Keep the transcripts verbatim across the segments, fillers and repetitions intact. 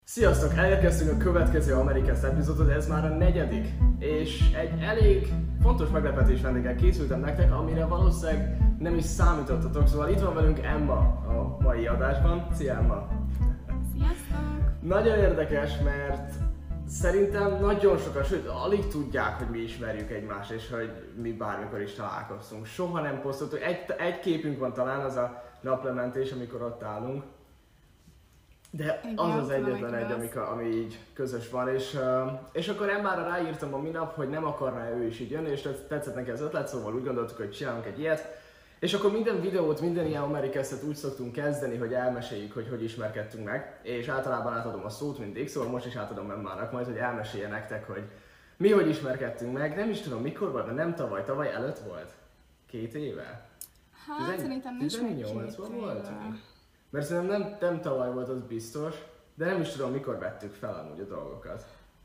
Sziasztok! Elérkeztünk a következő Amerikast epizódot, ez már a negyedik, és egy elég fontos meglepetés vendéggel készültem nektek, amire valószínűleg nem is számítottatok, szóval itt van velünk Emma a mai adásban. Szia Emma! Sziasztok! Nagyon érdekes, mert szerintem nagyon sokan, sőt alig tudják, hogy mi ismerjük egymást, és hogy mi bármikor is találkoztunk. Soha nem posztoltuk, egy, egy képünk van talán, az a naplementés, amikor ott állunk. De igen, az az egyetlen egy, ami, ami így közös van, és, uh, és akkor Emmára ráírtam a minap, hogy nem akarná ő is így jönni, és tetszett neki az ötlet, szóval úgy gondoltuk, hogy csinálunk egy ilyet. És akkor minden videót, minden ilyen Amerikastet úgy szoktunk kezdeni, hogy elmeséljük, hogy hogy ismerkedtünk meg, és általában átadom a szót mindig, szóval most is átadom Emmának majd, hogy elmesélje nektek, hogy mi hogy ismerkedtünk meg. Nem is tudom mikor volt, de nem tavaly, tavaly előtt volt? Két éve? Hát Tizen... szerintem nincs még két volt? Mert szerintem nem, nem tavaly volt, az biztos, de nem is tudom, mikor vettük fel amúgy a dolgokat.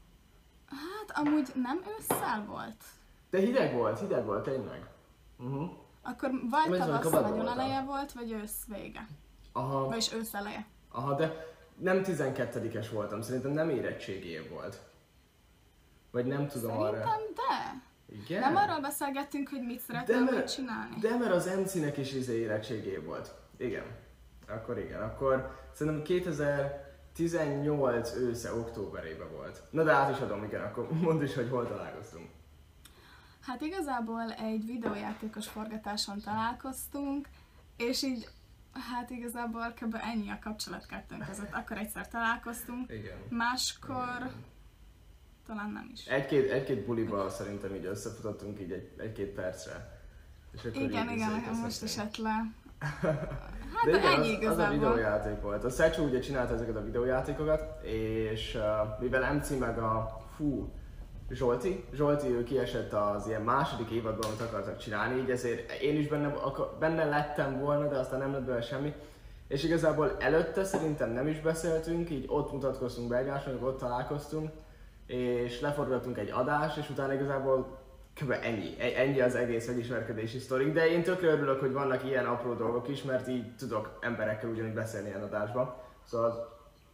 Hát amúgy nem ősszel volt. De hideg volt, hideg volt tényleg. Uh-huh. Akkor vagy tavasz nagyon eleje volt, vagy ősz vége. Aha. Vagyis ősz eleje. Aha, de nem tizenkettedikes voltam, szerintem nem érettségi év volt. Vagy nem tudom szerintem arra. Szerintem de. Igen? Nem arról beszélgettünk, hogy mit szeretnél mert, csinálni. De mert az em cé-nek is izé érettségi év volt. Igen. Akkor igen, akkor szerintem kétezer-tizennyolc ősze, októberében volt. Na de át is adom, igen, akkor mondd is, hogy hol találkoztunk. Hát igazából egy videójátékos forgatáson találkoztunk, és így, hát igazából kb. Ennyi a kapcsolat kettőnk között. Akkor egyszer találkoztunk, igen. máskor igen. talán nem is. Egy-két, egy-két bulival szerintem így összefutottunk így egy, egy-két percre. És akkor igen, igen, nekem most esett le. Hát de igen, ennyi az, az a videójáték volt. A Szecsó ugye csinálta ezeket a videójátékokat, és uh, mivel em cé meg a fú, Zsolti, Zsolti ő kiesett az ilyen második évadban, amit akartak csinálni, így ezért én is benne, benne lettem volna, de aztán nem lett belőle semmi. És igazából előtte szerintem nem is beszéltünk, így ott mutatkoztunk be egymásnak, ott találkoztunk, és leforgattunk egy adást, és utána igazából kb. ennyi, ennyi az egész megismerkedési sztorik, de én tökre örülök, hogy vannak ilyen apró dolgok is, mert így tudok emberekkel ugyanúgy beszélni ilyen adásban. Szóval az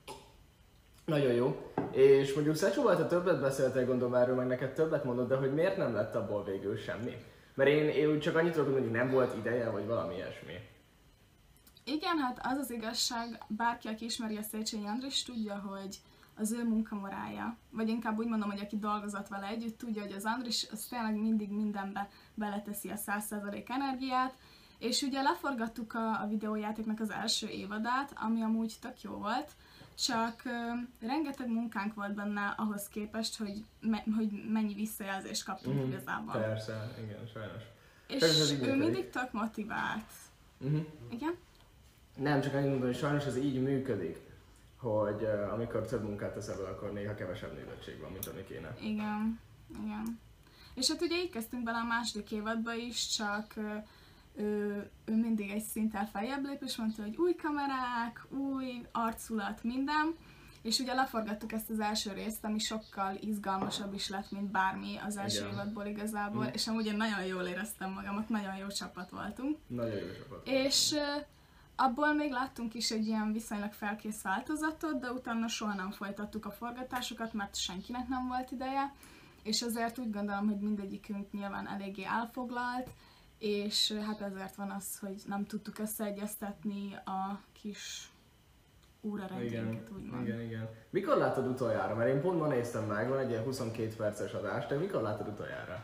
nagyon jó. És mondjuk Szecsóval, te többet beszéltél, gondolom erről, meg neked többet mondod, de hogy miért nem lett abból végül semmi? Mert én, én csak annyit tudok mondani, hogy nem volt ideje, vagy valami ilyesmi. Igen, hát az az igazság, bárki, aki ismeri a Széchenyi Andrist, tudja, hogy az ő munkamorája, vagy inkább úgy mondom, hogy aki dolgozott vele együtt, tudja, hogy az Andris az tényleg mindig mindenbe beleteszi a száz százalék energiát, és ugye leforgattuk a, a videójátéknak az első évadát, ami amúgy tök jó volt, csak uh, rengeteg munkánk volt benne ahhoz képest, hogy, me, hogy mennyi visszajelzést kaptunk mm, igazából. Persze, igen, sajnos. És ő mindig tök motivált. Uh-huh. Igen? Nem, csak annyit mondom, hogy sajnos ez így működik, hogy uh, amikor több munkát teszel bele, akkor néha kevesebb nézettség van, mint ami kéne. Igen, igen. És hát ugye így kezdtünk bele a második évadba is, csak uh, ő, ő mindig egy szinttel feljebb lép, és mondta, hogy új kamerák, új arculat, minden. És ugye leforgattuk ezt az első részt, ami sokkal izgalmasabb is lett, mint bármi az első igen. évadból igazából, mm. és amúgy én nagyon jól éreztem magamat, nagyon jó csapat voltunk. Nagyon jó csapat. És uh, abból még láttunk is egy ilyen viszonylag felkész változatot, de utána soha nem folytattuk a forgatásokat, mert senkinek nem volt ideje, és ezért úgy gondolom, hogy mindegyikünk nyilván eléggé elfoglalt, és hát ezért van az, hogy nem tudtuk összeegyeztetni a kis órarendjénket, úgymond. Igen, igen. Mikor láttad utoljára? Mert én pont ma néztem meg, van egy ilyen huszonkét perces adás, de mikor láttad utoljára?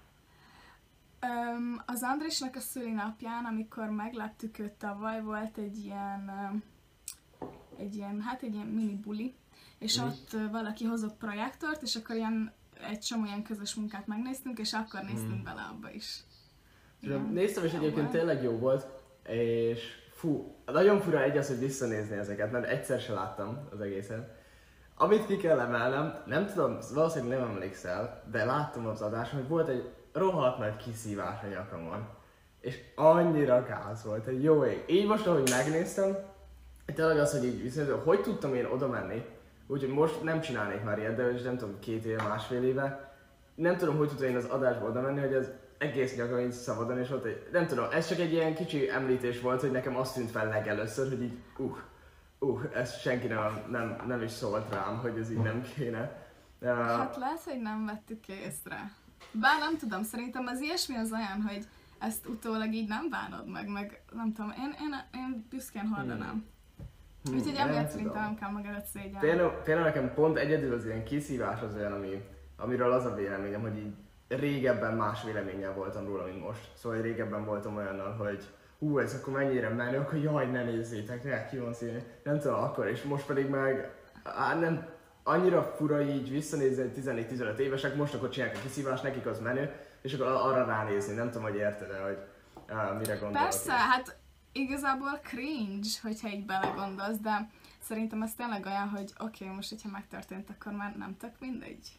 Um, az Andrisnak a szülinapján, amikor meglettük őt tavaly, volt egy ilyen, um, egy ilyen, hát egy ilyen mini buli, és mm. ott uh, valaki hozott projektort, és akkor ilyen, egy csomó ilyen közös munkát megnéztünk, és akkor néztünk mm. bele abba is. Igen, néztem, és egyébként volt. Tényleg jó volt, és fú, nagyon fura egy az, hogy visszanézni ezeket, mert egyszer se láttam az egészet. Amit ki kell emelnem, nem tudom, valószínűleg nem emlékszel, de láttam az adáson, hogy volt egy rohadt nagy kiszívás a nyakamon. És annyira gáz volt, hogy jó ég. Így most, ahogy megnéztem, tényleg az, hogy így viszont, hogy tudtam én oda menni, úgyhogy most nem csinálnék már ilyet, de nem tudom, két éve, másfél éve. Nem tudom, hogy tudtam én az adásba oda menni, hogy az egész nyakam így szabadon, és ott egy, nem tudom, ez csak egy ilyen kicsi említés volt, hogy nekem azt tűnt fel legelőször, hogy így, uh, Uh, ezt senki nem, nem, nem is szólt rám, hogy ez így nem kéne. Uh, Hát lehet, hogy nem vettük észre. Bár nem tudom, szerintem az ilyesmi az olyan, hogy ezt utólag így nem bánod meg, meg nem tudom, én, én, én büszkén hordanám. Hmm. Úgyhogy Hmm, emiatt szerintem nem kell magadat szégyelni. Például, például nekem pont egyedül az ilyen kiszívás az olyan, ami, amiről az a véleményem, hogy így régebben más véleménnyel voltam róla, mint most. Szóval régebben voltam olyannal, hogy hú, ez akkor mennyire menő, akkor jaj, ne nézzétek, ne, ki van szívni. Nem tudom, akkor, és most pedig meg á, nem, annyira fura így visszanézni, hogy tizennégy-tizenöt évesek, most akkor csinálják a kiszívást, nekik az menő, és akkor arra ránézni, nem tudom, hogy érted-e, hogy á, mire gondolok. Persze, hát igazából cringe, hogyha így belegondolsz, de szerintem ez tényleg olyan, hogy oké, okay, most hogyha megtörtént, akkor már nem tök mindegy.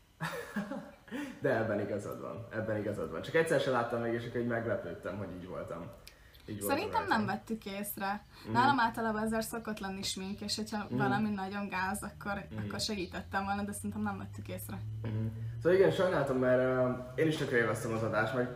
De ebben igazad van, ebben igazad van. Csak egyszer sem láttam meg, és akkor így meglepődtem, hogy így voltam. Így Szerintem nem vettük észre. Mm. Nálam általában ezzel szokott lenni smink, és hogyha mm. valami nagyon gáz, akkor, mm. akkor segítettem volna, de szerintem nem vettük észre. Mm. Szóval igen, sajnáltam, mert uh, én is tökre élveztem az adást, meg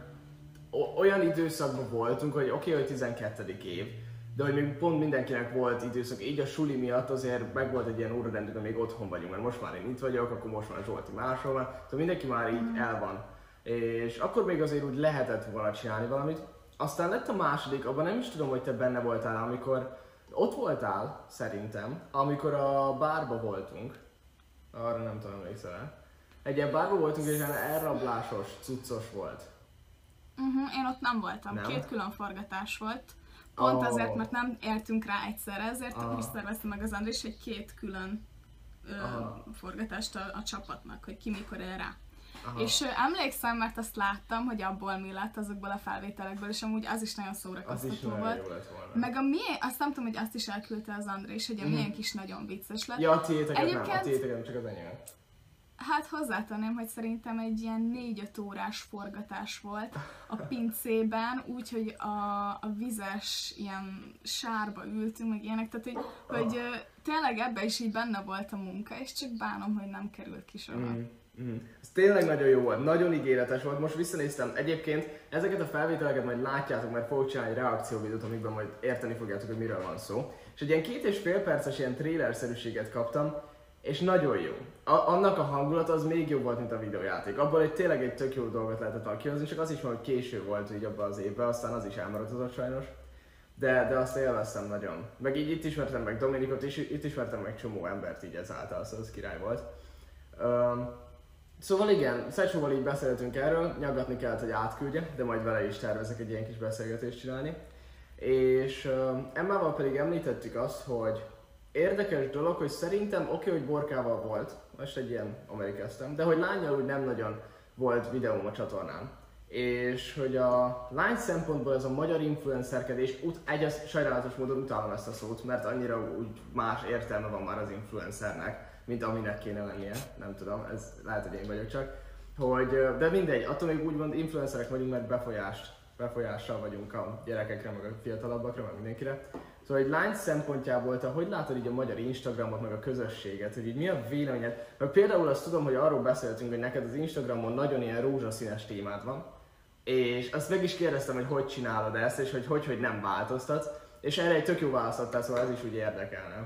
olyan időszakban voltunk, hogy oké, okay, hogy tizenkettedik év, de hogy még pont mindenkinek volt időszak, így a suli miatt azért meg volt egy ilyen órarendünk, hogy még otthon vagyunk, mert most már én itt vagyok, akkor most már Zsolti máshol van, szóval mindenki már így mm. el van. És akkor még azért úgy lehetett volna csinálni valamit. Aztán lett a második, abban nem is tudom, hogy te benne voltál, amikor ott voltál, szerintem, amikor a bárba voltunk. Arra nem tudom, emlékszel. Egy ilyen bárba voltunk, és ilyen elrablásos, cuccos volt. Uh-huh, én ott nem voltam, nem? Két külön forgatás volt. Pont oh. azért, mert nem értünk rá egyszerre, ezért ah. úgy szervezte meg az Andris, hogy két külön ö, forgatást a, a csapatnak, hogy ki mikor él rá. Aha. És ö, emlékszem, mert azt láttam, hogy abból mi lett azokból a felvételekből, és amúgy az is nagyon szórakoztató volt. Meg a miénk, azt nem tudom, hogy azt is elküldte az Andris, hogy a mm-hmm. miénk is nagyon vicces lett. Ja, a tiéteket Egyébként... nem, a tiéteket nem, csak az enyémet. Hát hozzátenném, hogy szerintem egy ilyen négy-öt órás forgatás volt a pincében, úgyhogy a, a vizes ilyen sárba ültünk, meg ilyenek, tehát hogy, hogy tényleg ebben is így benne volt a munka, és csak bánom, hogy nem került ki soha. Mm, mm. Ez tényleg nagyon jó volt, nagyon ígéretes volt, most visszanéztem, egyébként ezeket a felvételeket majd látjátok, mert fogok csinálni egy reakcióvideót, amikben majd érteni fogjátok, hogy miről van szó. És egy ilyen két és fél perces ilyen trailer-szerűséget kaptam, és nagyon jó. A, annak a hangulata az még jobb volt, mint a videójáték. Abból egy tényleg egy tök jó dolgot lehetett volna kihozni, csak az is van, hogy késő volt így abban az évben, aztán az is elmaradott sajnos. De, de azt élveztem nagyon. Meg így itt ismertem meg Dominikot, és itt ismertem meg csomó embert így ezáltal, szóval az király volt. Um, szóval igen, Szecsóval így beszéltünk erről, nyaggatni kellett, hogy átküldje, de majd vele is tervezek egy ilyen kis beszélgetést csinálni. És um, Emmával pedig említettük azt, hogy érdekes dolog, hogy szerintem oké, okay, hogy Borkával volt, most egy ilyen amerikáztam, de hogy lányjal úgy nem nagyon volt videóm a csatornán. És hogy a lány szempontból ez a magyar influencerkedés, ut- egy az sajnálatos módon utálom ezt a szót, mert annyira úgy más értelme van már az influencernek, mint aminek kéne lennie, nem tudom, ez lehet, hogy én vagyok csak. Hogy, de mindegy, attól még úgymond influencerek vagyunk, mert befolyást, befolyással vagyunk a gyerekekre, meg a fiatalabbakra, meg mindenkire. Szóval egy lány szempontjából, te hogy látod így a magyar Instagramot, meg a közösséget, hogy így mi a véleményed? Meg például azt tudom, hogy arról beszéltünk, hogy neked az Instagramon nagyon ilyen rózsaszínes témád van, és azt meg is kérdeztem, hogy hogy csinálod ezt, és hogy hogy, hogy nem változtatsz, és erre egy tök jó választ adtál, szóval ez is úgy érdekelne.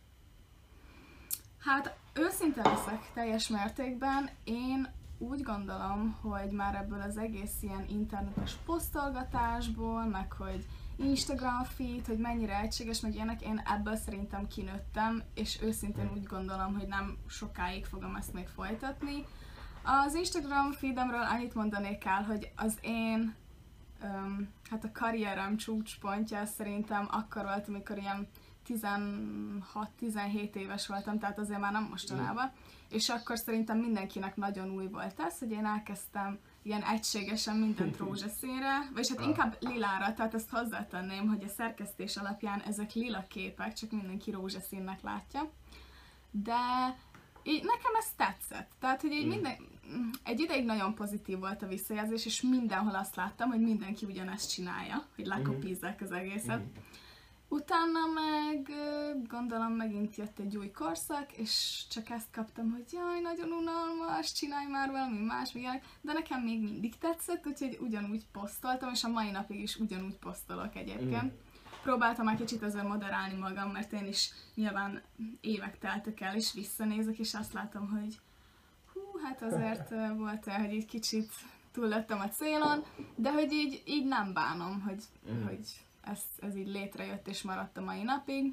Hát őszinte leszek teljes mértékben, én úgy gondolom, hogy már ebből az egész ilyen internetes posztolgatásból, meg hogy Instagram feed, hogy mennyire egységes, meg ilyenek, én ebből szerintem kinőttem, és őszintén úgy gondolom, hogy nem sokáig fogom ezt még folytatni. Az Instagram feedemről annyit mondanék el, hogy az én um, hát a karrierem csúcspontja szerintem akkor volt, amikor ilyen tizenhat-tizenhét éves voltam, tehát azért már nem mostanában, mm. és akkor szerintem mindenkinek nagyon új volt ez, hogy én elkezdtem ilyen egységesen mindent rózsaszínre, vagyis hát inkább lilára, tehát ezt hozzátenném, hogy a szerkesztés alapján ezek lila képek, csak mindenki rózsaszínnek látja. De így nekem ez tetszett, tehát hogy így minden, egy ideig nagyon pozitív volt a visszajelzés, és mindenhol azt láttam, hogy mindenki ugyanezt csinálja, hogy lekopízzák az egészet. Utána meg gondolom megint jött egy új korszak, és csak ezt kaptam, hogy jaj, nagyon unalmas, csinálj már valami más, ilyenek, de nekem még mindig tetszett, úgyhogy ugyanúgy posztoltam, és a mai napig is ugyanúgy posztolok egyébként. Mm. próbáltam már kicsit ezzel moderálni magam, mert én is nyilván évek teltek el, és visszanézek, és azt látom, hogy hú, hát azért volt el, hogy így kicsit túllöttem a célon, de hogy így, így nem bánom, hogy, mm. hogy ez, ez így létrejött és maradt a mai napig.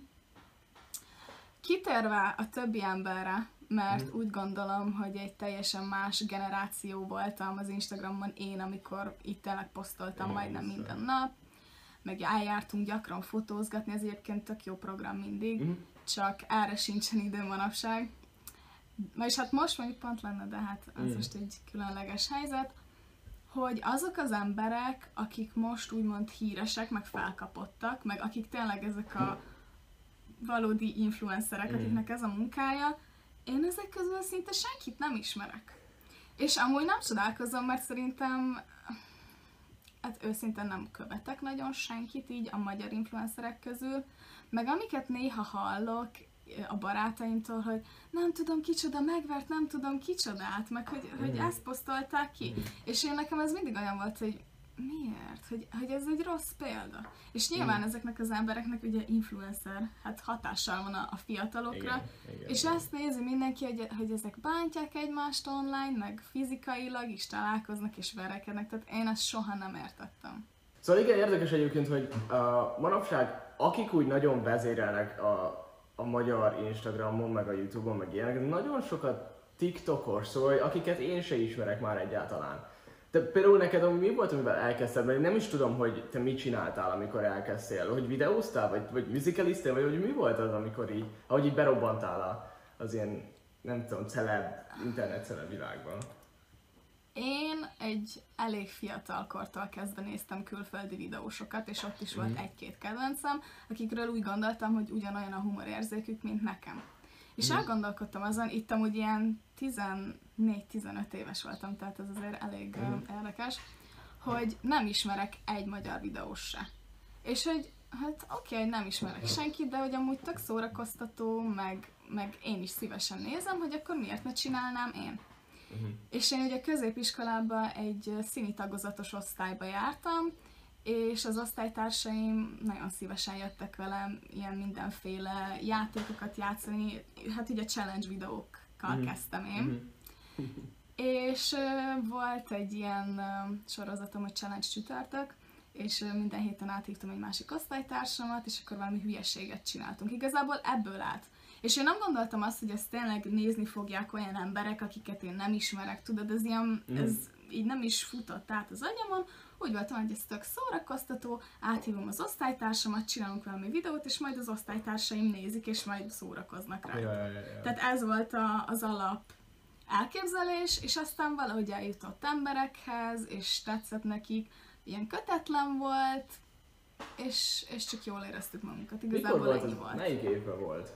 Kitérve a többi emberre, mert mm. úgy gondolom, hogy egy teljesen más generáció voltam az Instagramon én, amikor itt tényleg posztoltam mm. majdnem minden nap, meg eljártunk gyakran fotózgatni, ez egyébként tök jó program mindig, mm. csak erre sincsen idő manapság. Vagyis hát most mondjuk pont lenne, de hát az mm. most egy különleges helyzet, hogy azok az emberek, akik most úgymond híresek, meg felkapottak, meg akik tényleg ezek a valódi influencerek, mm. akiknek ez a munkája, én ezek közül szinte senkit nem ismerek. És amúgy nem csodálkozom, mert szerintem hát őszintén nem követek nagyon senkit így a magyar influencerek közül, meg amiket néha hallok a barátaimtól, hogy nem tudom kicsoda megvert, nem tudom kicsodát, meg hogy, mm. hogy ezt posztolták ki. Mm. És én nekem ez mindig olyan volt, hogy miért? Hogy, hogy ez egy rossz példa. És nyilván mm. ezeknek az embereknek ugye influencer, hát hatással van a, a fiatalokra, igen, igen, és igen. Ezt nézi mindenki, hogy, hogy ezek bántják egymást online, meg fizikailag is találkoznak és verekednek, tehát én ezt soha nem értettem. Szóval igen, érdekes egyébként, hogy a manapság, akik úgy nagyon vezérelnek a, a magyar Instagramon, meg a YouTube-on, meg ilyenek, nagyon sokat TikTokos, szóval akiket én se ismerek már egyáltalán. De például neked mi volt, amivel elkezdted, mert nem is tudom, hogy te mit csináltál, amikor elkezdtél, hogy videóztál, vagy, vagy musicaliztél, vagy hogy mi volt az, amikor így, ahogy így berobbantál az ilyen, nem tudom, celeb, internet celeb világban? Én egy elég fiatal kortól kezdve néztem külföldi videósokat, és ott is volt mm. egy-két kedvencem, akikről úgy gondoltam, hogy ugyanolyan a humorérzékük, mint nekem. És mm. elgondolkodtam azon, itt amúgy ilyen tizennégy-tizenöt éves voltam, tehát ez azért elég mm. érdekes, hogy nem ismerek egy magyar videós se. És hogy hát oké, okay, nem ismerek senkit, de hogy amúgy tök szórakoztató, meg, meg én is szívesen nézem, hogy akkor miért ne csinálnám én. Uh-huh. És én ugye középiskolában egy színi tagozatos osztályba jártam, és az osztálytársaim nagyon szívesen jöttek velem ilyen mindenféle játékokat játszani, hát ugye challenge videókkal uh-huh. kezdtem én. Uh-huh. És uh, volt egy ilyen uh, sorozatom, hogy challenge csütörtök, és uh, minden héten áthívtam egy másik osztálytársamat, és akkor valami hülyeséget csináltunk. Igazából ebből állt. És én nem gondoltam azt, hogy ezt tényleg nézni fogják olyan emberek, akiket én nem ismerek, tudod, ez ilyen, mm. ez így nem is futott át az agyamon, úgy voltam, hogy ez tök szórakoztató, áthívom az osztálytársamat, csinálunk valami videót, és majd az osztálytársaim nézik, és majd szórakoznak rá. Ja, ja, ja. Tehát ez volt a, az alap elképzelés, és aztán valahogy eljutott emberekhez, és tetszett nekik, ilyen kötetlen volt, és, és csak jól éreztük magunkat. Igazából ennyi volt. Melyik évben volt?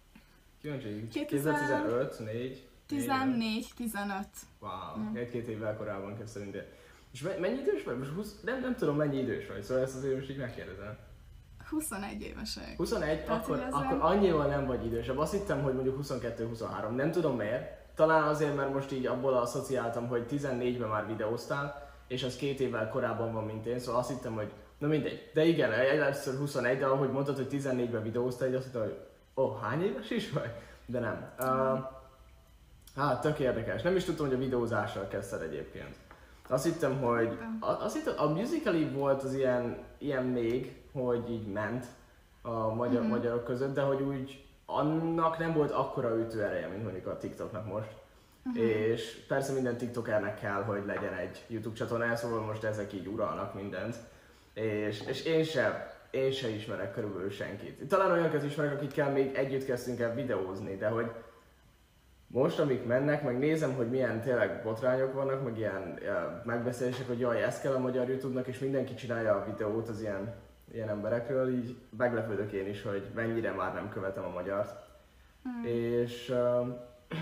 kétezer-tizenöt, négy tizennégy, tizenöt. Wow, mm. egy-két évvel korábban kezdtem. És mennyi idős vagy? Most húsz, nem, nem tudom mennyi idős vagy, szóval ezt azért most így megkérdezem. huszonegy évesek. huszonegy, akkor, igazán... akkor annyival nem vagy idősebb. Azt hittem, hogy mondjuk huszonkettő-huszonhárom, nem tudom miért. Talán azért, mert most így abból asszociáltam, hogy tizennégyben már videóztál, és az két évvel korábban van, mint én, szóval azt hittem, hogy na mindegy. De igen, először huszonegy, de ahogy mondtad, hogy tizennégyben videóztál, így azt hittem, hogy ó, oh, hány éves is vagy? De nem. Uh, hát, tök érdekes. Nem is tudtam, hogy a videózással kezdted egyébként. Azt hittem, hogy... Azt hittem, a Musical.ly volt az ilyen, ilyen még, hogy így ment a magyar, mm-hmm. magyarok között, de hogy úgy annak nem volt akkora ütőereje, mint mondjuk a TikToknak most. Mm-hmm. És persze minden TikTokernek kell, hogy legyen egy YouTube csatornája, szóval most ezek így uralnak mindent. És, és én sem. Én se ismerek körülbelül senkit. Talán olyanokat ismerek, akikkel még együtt kezdtünk el videózni, de hogy most, amik mennek, meg nézem, hogy milyen tényleg botrányok vannak, meg ilyen ja, megbeszélések, hogy jaj, ez kell a magyar YouTube-nak, és mindenki csinálja a videót az ilyen, ilyen emberekről, így meglepődök én is, hogy mennyire már nem követem a magyart. Hmm. És uh,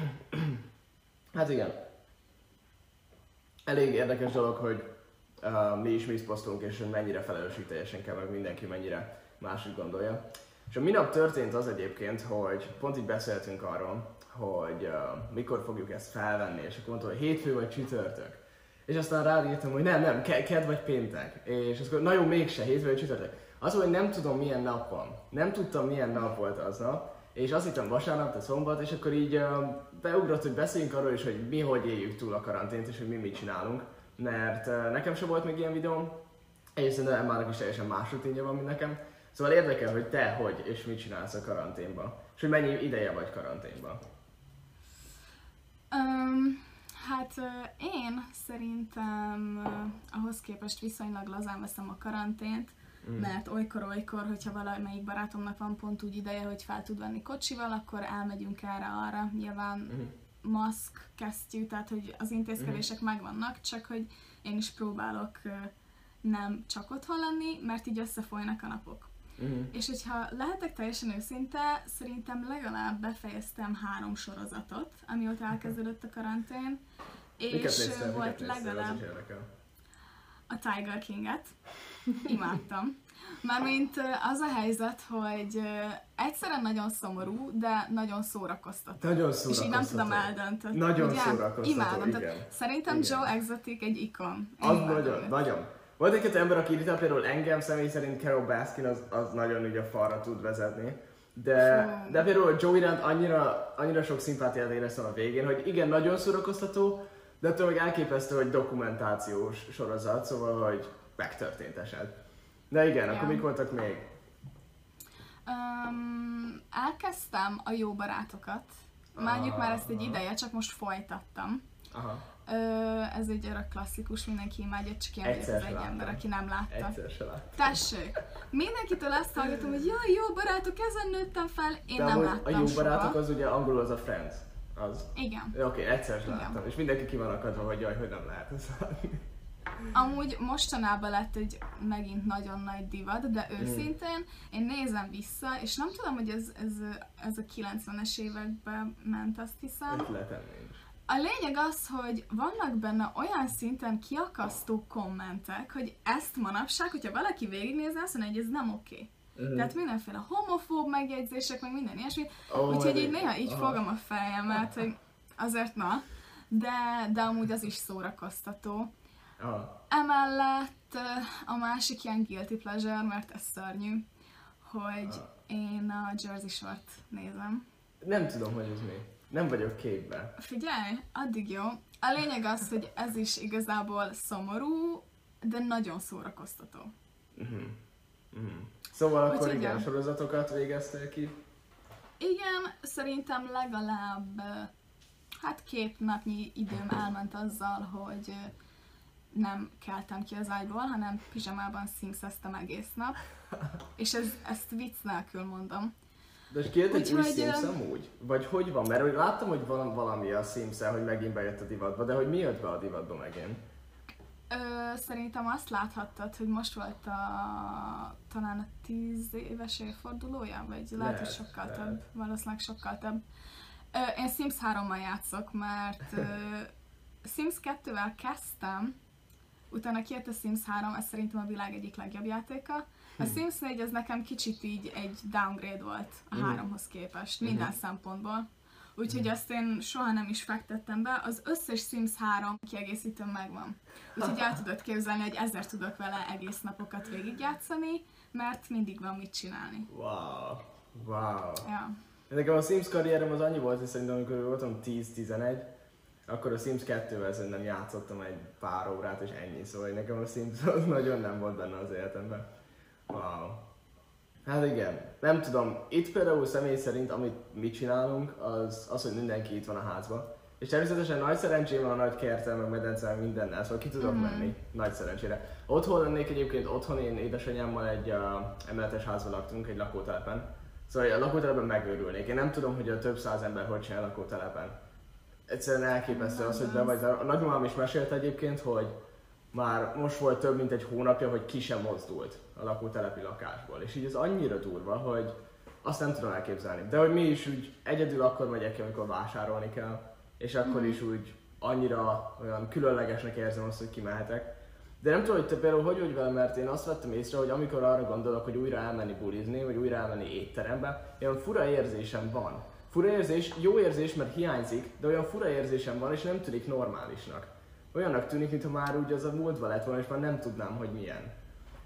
hát igen, elég érdekes dolog, hogy Uh, mi is mi is posztolunk, és hogy mennyire felelősségteljesen kell, meg mindenki mennyire máshogy gondolja. És a minap történt az egyébként, hogy pont így beszéltünk arról, hogy uh, mikor fogjuk ezt felvenni, és akkor mondtam, hogy hétfő vagy csütörtök. És aztán ráírtam, hogy nem, nem, ke- kedd vagy péntek. És akkor, na jó, mégse, hétfő vagy csütörtök. Az, hogy nem tudom milyen nap van. Nem tudtam milyen nap volt aznap, és azt hittem vasárnap, de szombat, és akkor így uh, beugrott, hogy beszéljünk arról is, hogy mi hogy éljük túl a karantént, és hogy mi mit csinálunk. Mert uh, nekem sem volt még ilyen videóm, és szerintem Emmának is teljesen más rutinja van, mint nekem. Szóval érdekel, hogy te hogy és mit csinálsz a karanténban, és hogy mennyi ideje vagy karanténban. Um, hát uh, én szerintem uh, ahhoz képest viszonylag lazán veszem a karantént, mm. mert olykor-olykor, hogyha valamelyik barátomnak van pont úgy ideje, hogy fel tud venni kocsival, akkor elmegyünk erre-arra. Nyilván mm. maszk, kesztyű, tehát hogy az intézkedések mm. megvannak, csak hogy én is próbálok uh, nem csak otthon lenni, mert így összefolynak a napok. Uh-huh. És hogyha lehetek teljesen őszinte, szerintem legalább befejeztem három sorozatot, amióta elkezdődött a karantén. Miket és néztél, volt miket néztél, legalább a Tiger King-et. Imádtam. Mármint az a helyzet, hogy egyszerűen nagyon szomorú, de nagyon szórakoztató. Nagyon szórakoztató. És így nem tudom eldönteni. Nagyon ugye? Szórakoztató, imádom. igen. Szerintem igen. Joe Exotic egy ikon. Az nagyon, nagyon. Volt egy-két ember, aki irritál, például engem személy szerint Carol Baskin az, az nagyon ugye falra tud vezetni. De, de például Joe iránt annyira, annyira sok szimpátiát éreztem a végén, hogy igen, nagyon szórakoztató, de attól még elképesztő, hogy dokumentációs sorozat, szóval, hogy megtörtént eset. De igen, ja. Akkor mik voltak még? Um, elkezdtem a Jó barátokat. Mondjuk már ezt egy ideje, csak most folytattam. Aha. Ö, ez egy örök klasszikus, mindenki imádja, csak ilyen ez egy ember, aki nem látta. Egyszer se láttam. Tessék! Mindenkitől ezt hallgatom, hogy jaj, Jó barátok, ezen nőttem fel, én de nem láttam a Jó soha. barátok az ugye angolul az a Friends. Az. Igen. Oké, okay, egyszer se láttam, és mindenki ki van akadva, hogy jaj, hogy nem lehet ezt látni. Amúgy mostanában lett egy megint nagyon nagy divat, de őszintén én nézem vissza, és nem tudom, hogy ez, ez, ez a kilencvenes években ment, azt hiszem. Ötletem nincs. A lényeg az, hogy vannak benne olyan szinten kiakasztó kommentek, hogy ezt manapság, hogyha valaki végignézne, azt mondja, hogy ez nem oké. Okay. Uh-huh. Tehát mindenféle homofób megjegyzések, meg minden ilyesmi. Oh, úgyhogy így néha így aha. fogom a fejemet, hogy azért na, de, de amúgy az is szórakoztató. Aha. Emellett a másik ilyen guilty pleasure, mert ez szörnyű, hogy aha. én a Jersey Shore-t nézem. Nem tudom, hogy ez mi. Nem vagyok képben. Figyelj, addig jó. A lényeg az, hogy ez is igazából szomorú, de nagyon szórakoztató. Uh-huh. Uh-huh. Szóval akkor úgy, igen, sorozatokat végeztél ki? Igen, szerintem legalább hát két napnyi időm elment azzal, hogy nem keltem ki az ágyból, hanem pizsamában szimszeztem egész nap. És ez, ezt vicc nélkül mondom. De és kijött egy új Sims amúgy? Vagy hogy van? Mert láttam, hogy van valami a Sims-el, hogy megint bejött a divatba, de hogy mi jött be a divatba megint? Ö, szerintem azt láthattad, hogy most volt a talán a tíz éves évfordulója, vagy lehet, hogy sokkal lehet. több, valószínűleg sokkal több. Ö, én Sims hárommal játszok, mert ö, Sims kettővel kezdtem, utána kijött a Sims három, ez szerintem a világ egyik legjobb játéka. A Sims négy az nekem kicsit így egy downgrade volt a háromhoz képest, minden uh-huh. szempontból. Úgyhogy azt én soha nem is fektettem be, az összes Sims három kiegészítőm megvan. Úgyhogy el tudod képzelni, hogy ezzel tudok vele egész napokat végigjátszani, mert mindig van mit csinálni. Wow, wow. Ja. Nekem a Sims karrierem az annyi volt, hogy szerintem amikor voltam tíz-tizenegy, akkor a Sims kettővel szerintem játszottam egy pár órát és ennyi, szóval nekem a Sims az nagyon nem volt benne az életemben. Wow. Hát igen, nem tudom, itt például személy szerint, amit mi csinálunk, az, az, hogy mindenki itt van a házban. És természetesen nagy szerencsém van a nagy kertel, meg medencel, mindennel, szóval ki tudok mm. menni, nagy szerencsére. Otthon lennék egyébként, otthon én édesanyámmal egy uh, emeletes házban laktunk, egy lakótelepen. Szóval a lakótelepen megőrülnék. Én nem tudom, hogy a több száz ember hogy csinál a lakótelepen. Egyszerűen elképesztő az, hogy be vagy. A nagymamám is mesélt egyébként, hogy már most volt több mint egy hónapja, hogy ki sem mozdult a lakótelepi lakásból. És így ez annyira durva, hogy azt nem tudom elképzelni. De hogy mi is úgy egyedül akkor megyek ki, amikor vásárolni kell, és akkor mm. is úgy annyira olyan különlegesnek érzem azt, hogy kimehetek. De nem tudom, hogy te például hogy vagy vele, mert én azt vettem észre, hogy amikor arra gondolok, hogy újra elmenni bulizni, vagy újra elmenni étterembe, olyan fura érzésem van. Fura érzés, jó érzés, mert hiányzik, de olyan fura érzésem van, és nem tűnik normálisnak. Olyannak tűnik, mintha már úgy az a múltban lett volna, és már nem tudnám, hogy milyen.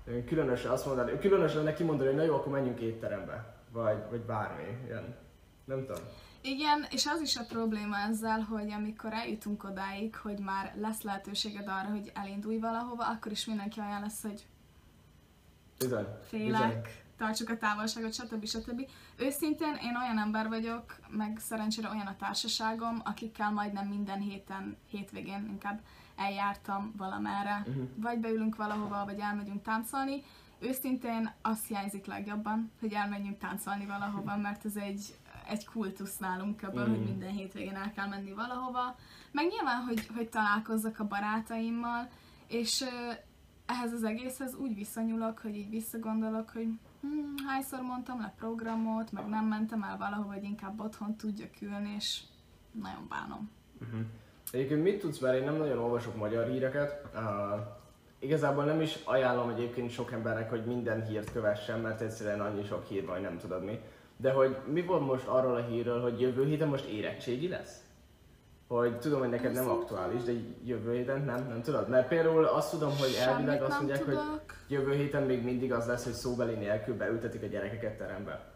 Különösen azt mondani, különösen neki mondani, hogy na jó, akkor menjünk étterembe. Vagy, vagy bármi, ilyen. Nem tudom. Igen, és az is a probléma ezzel, hogy amikor eljutunk odáig, hogy már lesz lehetőséged arra, hogy elindulj valahova, akkor is mindenki olyan lesz, hogy Bizony. félek, Bizony. tartsuk a távolságot, stb. stb. Őszintén én olyan ember vagyok, meg szerencsére olyan a társaságom, akikkel majdnem minden héten, hétvégén inkább eljártam valamerre, uh-huh. vagy beülünk valahova, vagy elmegyünk táncolni. Őszintén azt hiányzik legjobban, hogy elmenjünk táncolni valahova, mert ez egy, egy kultusz nálunk ebből, mm. hogy minden hétvégén el kell menni valahova. Meg nyilván, hogy, hogy találkozzak a barátaimmal, és uh, ehhez az egészhez úgy viszonyulok, hogy így visszagondolok, hogy hm, hányszor mondtam le programot, meg nem mentem el valahova, hogy inkább otthon tudjak ülni, és nagyon bánom. Uh-huh. Egyébként mit tudsz, mert én nem nagyon olvasok magyar híreket. Uh, igazából nem is ajánlom egyébként sok embernek, hogy minden hírt kövessen, mert egyszerűen annyi sok hír van, nem tudod mi. De hogy mi van most arról a hírről, hogy jövő héten most érettségi lesz? Hogy tudom, hogy neked nem aktuális, de jövő héten nem, nem tudod? Mert például azt tudom, hogy elvileg azt mondják, tudok. hogy jövő héten még mindig az lesz, hogy szóbeli nélkül beültetik a gyerekeket terembe.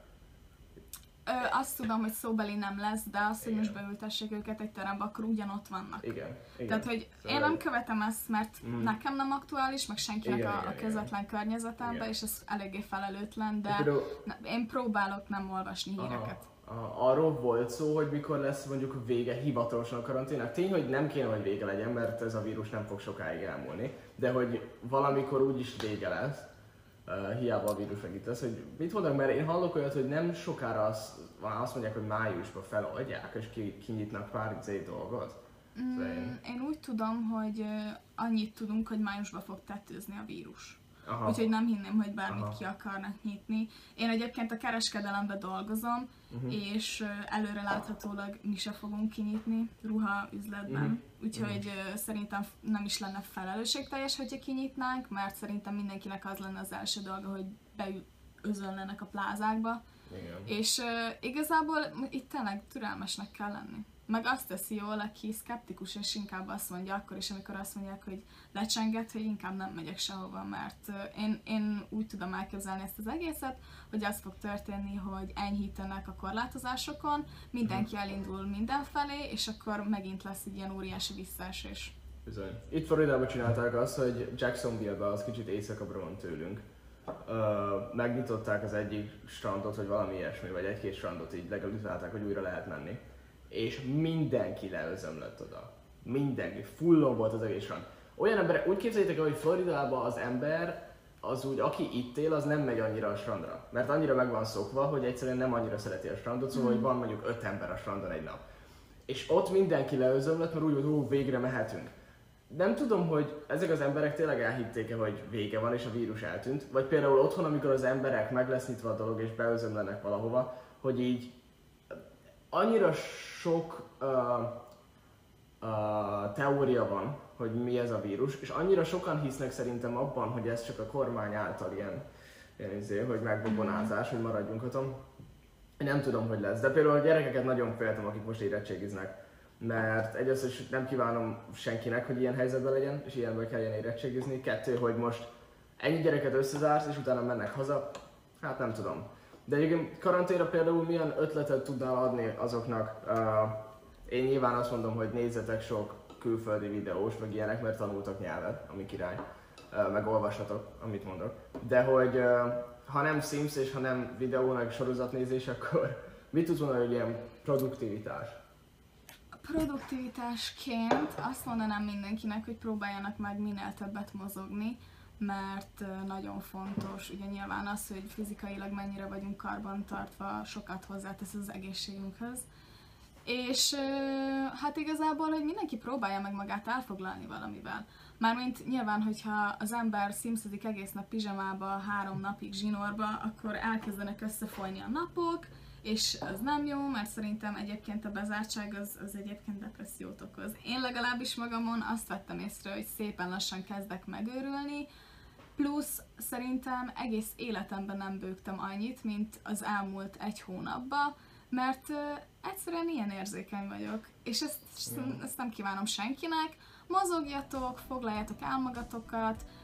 Ö, azt tudom, hogy szóbeli nem lesz, de azt, hogy most beültessék őket egy terembe, akkor ugyanott vannak. Igen, igen. Tehát, hogy szóval én nem követem ezt, mert mm. nekem nem aktuális, meg senkinek igen, a, igen, a közvetlen igen. környezetemben, és ez eléggé felelőtlen, de például... én próbálok nem olvasni híreket. Aha. Arról volt szó, hogy mikor lesz mondjuk vége hivatalosan a karanténnak. Tény, hogy nem kéne, hogy vége legyen, mert ez a vírus nem fog sokáig elmúlni, de hogy valamikor úgyis vége lesz. Uh, hiába a vírus meg itt lesz, hogy mit mondok, mert én hallok olyat, hogy nem sokára azt, azt mondják, hogy májusban feloldják, és ki, kinyitnak pár zé dolgot. Mm, én... én úgy tudom, hogy uh, annyit tudunk, hogy májusban fog tetőzni a vírus. Aha. Úgyhogy nem hinném, hogy bármit Aha. ki akarnak nyitni. Én egyébként a kereskedelemben dolgozom, uh-huh. és uh, előre láthatólag mi se fogunk kinyitni ruhaüzletben. Uh-huh. Úgyhogy uh, szerintem nem is lenne felelősségteljes, hogyha kinyitnánk, mert szerintem mindenkinek az lenne az első dolga, hogy beözönlenek a plázákba. Igen. És uh, igazából itt tényleg türelmesnek kell lenni. Meg azt teszi jól, aki szkeptikus, és inkább azt mondja akkor is, amikor azt mondják, hogy lecsenget, hogy inkább nem megyek sehova, mert uh, én, én úgy tudom elképzelni ezt az egészet, hogy az fog történni, hogy enyhítenek a korlátozásokon, mindenki elindul mindenfelé, és akkor megint lesz egy ilyen óriási visszaesés. Bizony. Itt Floridában csinálták azt, hogy Jacksonville-ben az kicsit éjszakabbra van tőlünk. Uh, megnyitották az egyik strandot, vagy valami ilyesmi, vagy egy-két strandot így legalizálták, hogy újra lehet menni. És mindenki leözömlött oda. Mindenki. Fullon volt az egész strand. Olyan emberek, úgy képzeljétek el, hogy Floridában az ember, az úgy, aki itt él, az nem megy annyira a strandra. Mert annyira meg van szokva, hogy egyszerűen nem annyira szereti a strandot, szóval mm. hogy van mondjuk öt ember a strandon egy nap. És ott mindenki leözömlött, mert úgy volt, ó, végre mehetünk. Nem tudom, hogy ezek az emberek tényleg elhitték-e, hogy vége van és a vírus eltűnt. Vagy például otthon, amikor az emberek meg lesz nyitva a dolog és beözömlenek valahova, hogy így annyira sok uh, uh, teória van, hogy mi ez a vírus, és annyira sokan hisznek szerintem abban, hogy ez csak a kormány által ilyen, ilyen izé, hogy megbobonázás, hogy maradjunk otthon. Én nem tudom, hogy lesz, de például a gyerekeket nagyon féltem, akik most érettségiznek, mert egyrészt is nem kívánom senkinek, hogy ilyen helyzetben legyen, és ilyenben kelljen érettségizni. Kettő, hogy most ennyi gyereket összezársz, és utána mennek haza, hát nem tudom. De egyébként karanténra például milyen ötletet tudnál adni azoknak? Uh, én nyilván azt mondom, hogy nézzetek sok külföldi videós, meg ilyenek, mert tanultak nyelvet, ami király. Uh, meg olvassatok, amit mondok. De hogy uh, ha nem Sims és ha nem videó, meg sorozatnézés, akkor mit tudsz mondani, hogy ilyen produktivitás? Produktivitásként azt mondanám mindenkinek, hogy próbáljanak meg minél többet mozogni, mert nagyon fontos, ugye nyilván az, hogy fizikailag mennyire vagyunk karbantartva, sokat hozzátesz az egészségünkhöz. És hát igazából, hogy mindenki próbálja meg magát elfoglalni valamivel. Mármint nyilván, hogyha az ember szimszedik egész nap pizsamába, három napig zsinórba, akkor elkezdenek összefolyni a napok, és az nem jó, mert szerintem egyébként a bezártság az, az egyébként depressziót okoz. Én legalábbis magamon azt vettem észre, hogy szépen lassan kezdek megőrülni, plusz szerintem egész életemben nem bőgtem annyit, mint az elmúlt egy hónapban, mert uh, egyszerűen ilyen érzékeny vagyok, és ezt, ezt nem kívánom senkinek. Mozogjatok, foglaljátok el magatokat,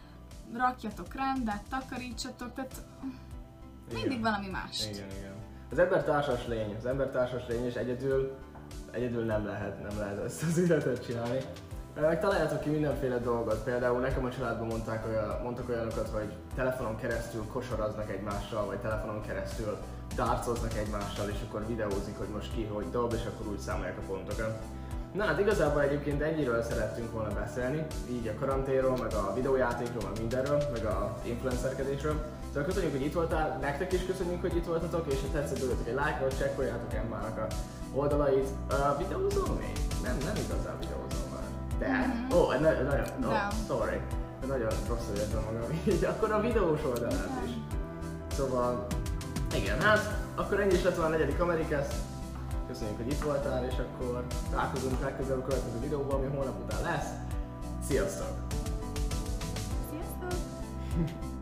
rakjatok rendet, takarítsatok, tehát mindig Igen. valami más. Igen, igen. Az ember társas lény, az ember társas lény, és egyedül, egyedül nem lehet, nem lehet ezt az életet csinálni. Meg találjátok ki mindenféle dolgot, például nekem a családban mondták olyan, mondtak olyanokat, hogy telefonon keresztül kosaraznak egymással, vagy telefonon keresztül dárcoznak egymással, és akkor videózik, hogy most ki hogy dob, és akkor úgy számolják a pontokat. Na hát igazából egyébként ennyiről szerettünk volna beszélni, így a karanténról, meg a videójátékról, meg mindenről, meg a influencerkedésről. Szóval köszönjük, hogy itt voltál, nektek is köszönjük, hogy itt voltatok, és ha tetszett, dőletek egy lájkot, csekkoljátok Emmának a oldalait. Uh, videózol még? Nem, nem igazán videózol már. De? Mm-hmm. Ó, oh, nagyon, De. oh, sorry. Nagyon rosszul értem magam így, akkor a videós oldalát is. Szóval, igen, hát, akkor ennyi is lett volna a negyedik Amerikast. Köszönjük, hogy itt voltál, és akkor találkozunk legközelebb a következő videóban, ami holnap után lesz. Sziasztok! Sziasztok!